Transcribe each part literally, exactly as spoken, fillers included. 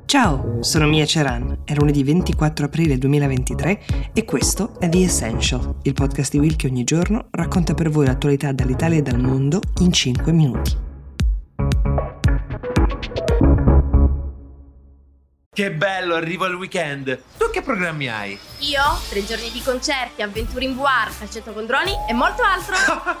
Ciao, sono Mia Ceran, è lunedì ventiquattro aprile duemilaventitré e questo è The Essential, il podcast di Will che ogni giorno racconta per voi l'attualità dall'Italia e dal mondo in cinque minuti. Che bello, arrivo al weekend. Tu che programmi hai? Io? Tre giorni di concerti, avventure in V R, calcetto con droni e molto altro.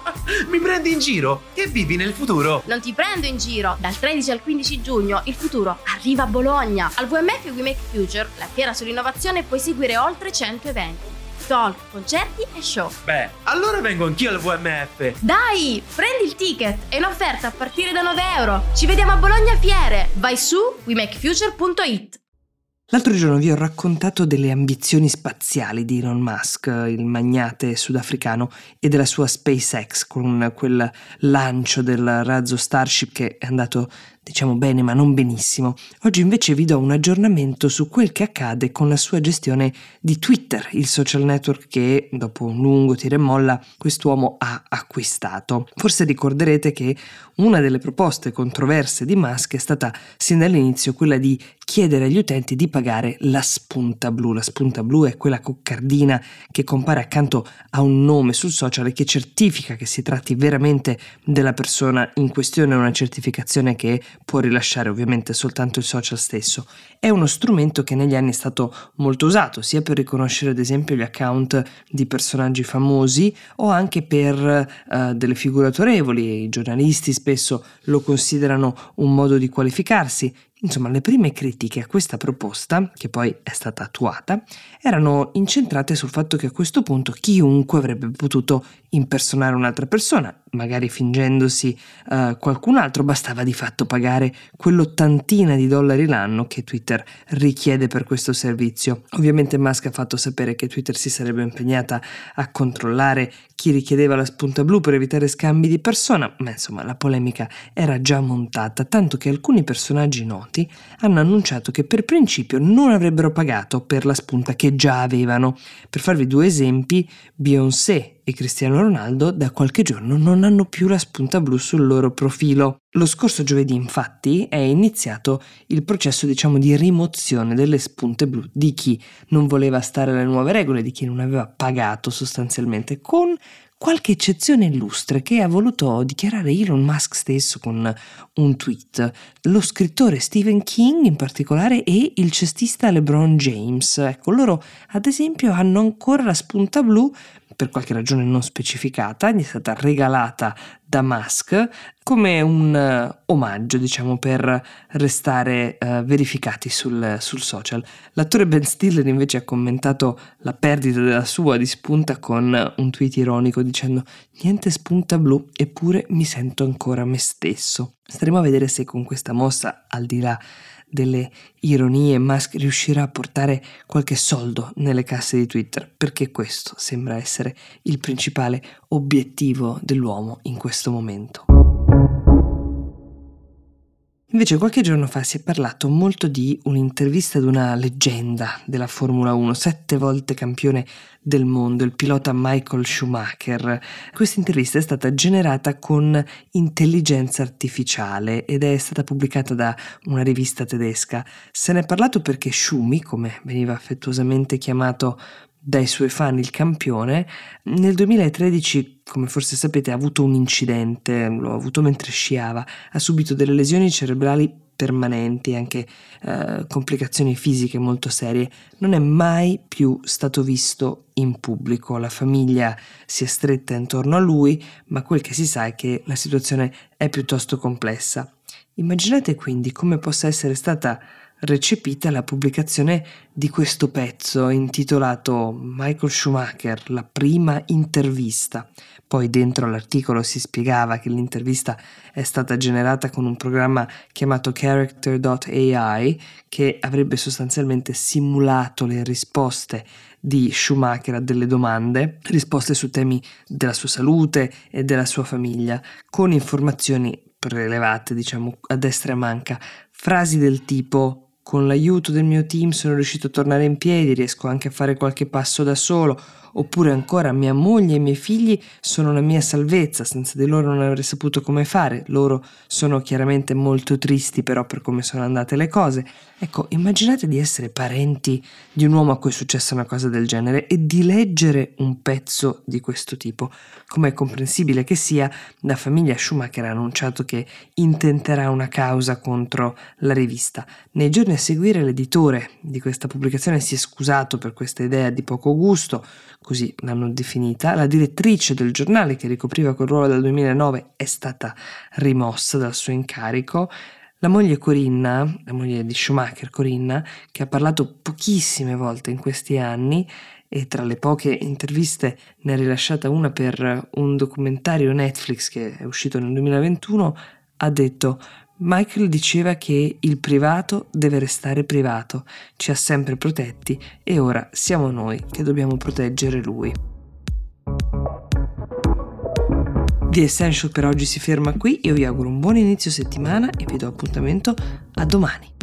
Mi prendi in giro? Che vivi nel futuro? Non ti prendo in giro. Dal tredici al quindici giugno il futuro arriva a Bologna. Al W M F We Make Future, la fiera sull'innovazione, puoi seguire oltre cento eventi. Talk, concerti e show. Beh, allora vengo anch'io al V M F. Dai, prendi il ticket, è un'offerta a partire da nove euro. Ci vediamo a Bologna Fiere. Vai su we make future punto it. L'altro giorno vi ho raccontato delle ambizioni spaziali di Elon Musk, il magnate sudafricano, e della sua SpaceX con quel lancio del razzo Starship che è andato, diciamo, bene ma non benissimo. Oggi invece vi do un aggiornamento su quel che accade con la sua gestione di Twitter, il social network che dopo un lungo tira e molla quest'uomo ha acquistato. Forse ricorderete che una delle proposte controverse di Musk è stata sin dall'inizio quella di chiedere agli utenti di pagare la spunta blu. La spunta blu è quella coccardina che compare accanto a un nome sul social e che certifica che si tratti veramente della persona in questione, una certificazione che può rilasciare ovviamente soltanto il social stesso. È uno strumento che negli anni è stato molto usato, sia per riconoscere ad esempio gli account di personaggi famosi o anche per uh, delle figure autorevoli. I giornalisti spesso lo considerano un modo di qualificarsi. Insomma, le prime critiche a questa proposta, che poi è stata attuata, erano incentrate sul fatto che a questo punto chiunque avrebbe potuto impersonare un'altra persona, magari fingendosi uh, qualcun altro, bastava di fatto pagare quell'ottantina di dollari l'anno che Twitter richiede per questo servizio. Ovviamente Musk ha fatto sapere che Twitter si sarebbe impegnata a controllare chi richiedeva la spunta blu per evitare scambi di persona, ma insomma la polemica era già montata, tanto che alcuni personaggi noti hanno annunciato che per principio non avrebbero pagato per la spunta che già avevano. Per farvi due esempi, Beyoncé e Cristiano Ronaldo da qualche giorno non hanno più la spunta blu sul loro profilo. Lo scorso giovedì infatti è iniziato il processo, diciamo, di rimozione delle spunte blu di chi non voleva stare alle nuove regole, di chi non aveva pagato sostanzialmente, con qualche eccezione illustre che ha voluto dichiarare Elon Musk stesso con un tweet. Lo scrittore Stephen King in particolare e il cestista LeBron James. Ecco, loro ad esempio hanno ancora la spunta blu, per qualche ragione non specificata, gli è stata regalata da Musk come un uh, omaggio, diciamo, per restare uh, verificati sul, sul social. L'attore Ben Stiller invece ha commentato la perdita della sua di spunta con un tweet ironico dicendo: niente spunta blu, eppure mi sento ancora me stesso. Staremo a vedere se con questa mossa, al di là delle ironie, Musk riuscirà a portare qualche soldo nelle casse di Twitter, perché questo sembra essere il principale obiettivo dell'uomo in questo momento. Invece qualche giorno fa si è parlato molto di un'intervista ad una leggenda della Formula uno, sette volte campione del mondo, il pilota Michael Schumacher. Questa intervista è stata generata con intelligenza artificiale ed è stata pubblicata da una rivista tedesca. Se ne è parlato perché Schumi, come veniva affettuosamente chiamato dai suoi fan il campione, nel duemilatredici, come forse sapete, ha avuto un incidente, lo ha avuto mentre sciava, ha subito delle lesioni cerebrali permanenti, anche eh, complicazioni fisiche molto serie. Non è mai più stato visto in pubblico, la famiglia si è stretta intorno a lui, ma quel che si sa è che la situazione è piuttosto complessa. Immaginate quindi come possa essere stata recepita la pubblicazione di questo pezzo intitolato Michael Schumacher, la prima intervista. Poi dentro all'articolo si spiegava che l'intervista è stata generata con un programma chiamato character punto A I che avrebbe sostanzialmente simulato le risposte di Schumacher a delle domande, risposte su temi della sua salute e della sua famiglia, con informazioni prelevate, diciamo, a destra e a manca, frasi del tipo: con l'aiuto del mio team sono riuscito a tornare in piedi, riesco anche a fare qualche passo da solo, oppure ancora mia moglie e i miei figli sono la mia salvezza, senza di loro non avrei saputo come fare, loro sono chiaramente molto tristi però per come sono andate le cose. Ecco, immaginate di essere parenti di un uomo a cui è successa una cosa del genere e di leggere un pezzo di questo tipo. Come è comprensibile che sia, la famiglia Schumacher ha annunciato che intenterà una causa contro la rivista. Nei giorni a seguire l'editore di questa pubblicazione si è scusato per questa idea di poco gusto, così l'hanno definita. La direttrice del giornale, che ricopriva quel ruolo dal duemilanove, è stata rimossa dal suo incarico. La moglie Corinna, la moglie di Schumacher, Corinna, che ha parlato pochissime volte in questi anni e tra le poche interviste ne ha rilasciata una per un documentario Netflix che è uscito nel duemilaventuno, ha detto: Michael diceva che il privato deve restare privato, ci ha sempre protetti e ora siamo noi che dobbiamo proteggere lui. The Essential per oggi si ferma qui, io vi auguro un buon inizio settimana e vi do appuntamento a domani.